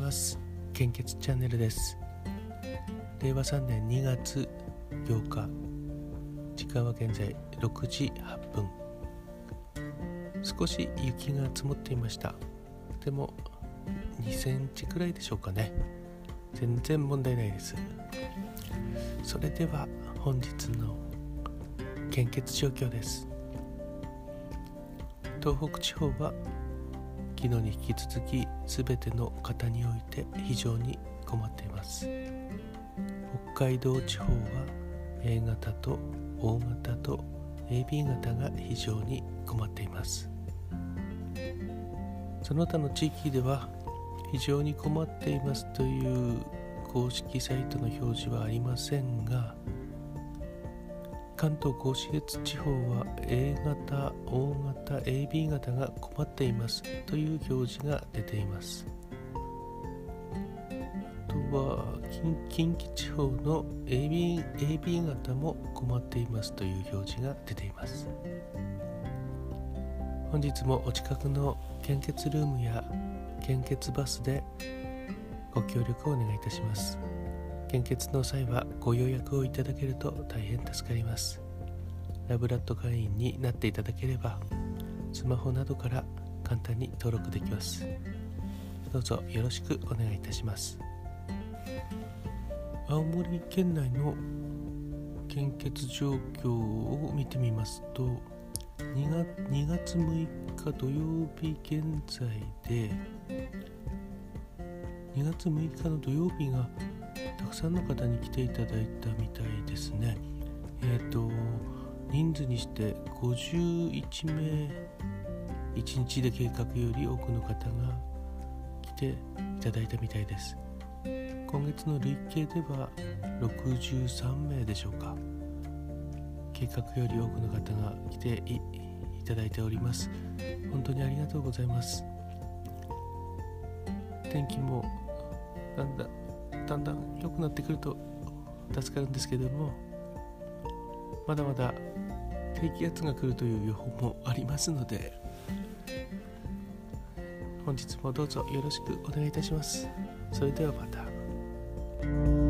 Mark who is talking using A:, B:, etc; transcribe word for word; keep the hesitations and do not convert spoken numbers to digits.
A: ます。献血チャンネルです。れいわさんねんにがつようか、時間は現在ろくじはっぷん。少し雪が積もっていました。でもにセンチくらいでしょうかね。全然問題ないです。それでは本日の献血状況です。東北地方は昨日に引き続きすべての方において非常に困っています。北海道地方は A 型と O 型と エービー 型が非常に困っています。その他の地域では非常に困っていますという公式サイトの表示はありませんが、関東甲信越地方は A 型、O 型、エービー 型が困っていますという表示が出ています。あとは近畿地方の エービー、エービー 型も困っていますという表示が出ています。本日もお近くの献血ルームや献血バスでご協力をお願いいたします。献血の際はご予約をいただけると大変助かります。ラブラッド会員になっていただければスマホなどから簡単に登録できます。どうぞよろしくお願いいたします。青森県内の献血状況を見てみますと、にがつむいか土曜日現在でにがつむいかの土曜日がたくさんの方に来ていただいたみたいですね。えっと人数にしてごじゅういちめい、いちにちで計画より多くの方が来ていただいたみたいです。今月の累計ではろくじゅうさんめいでしょうか。計画より多くの方が来て い, いただいております。本当にありがとうございます。天気もだんだんだんだん良くなってくると助かるんですけども、まだまだ低気圧が来るという予報もありますので、本日もどうぞよろしくお願いいたします。それではまた。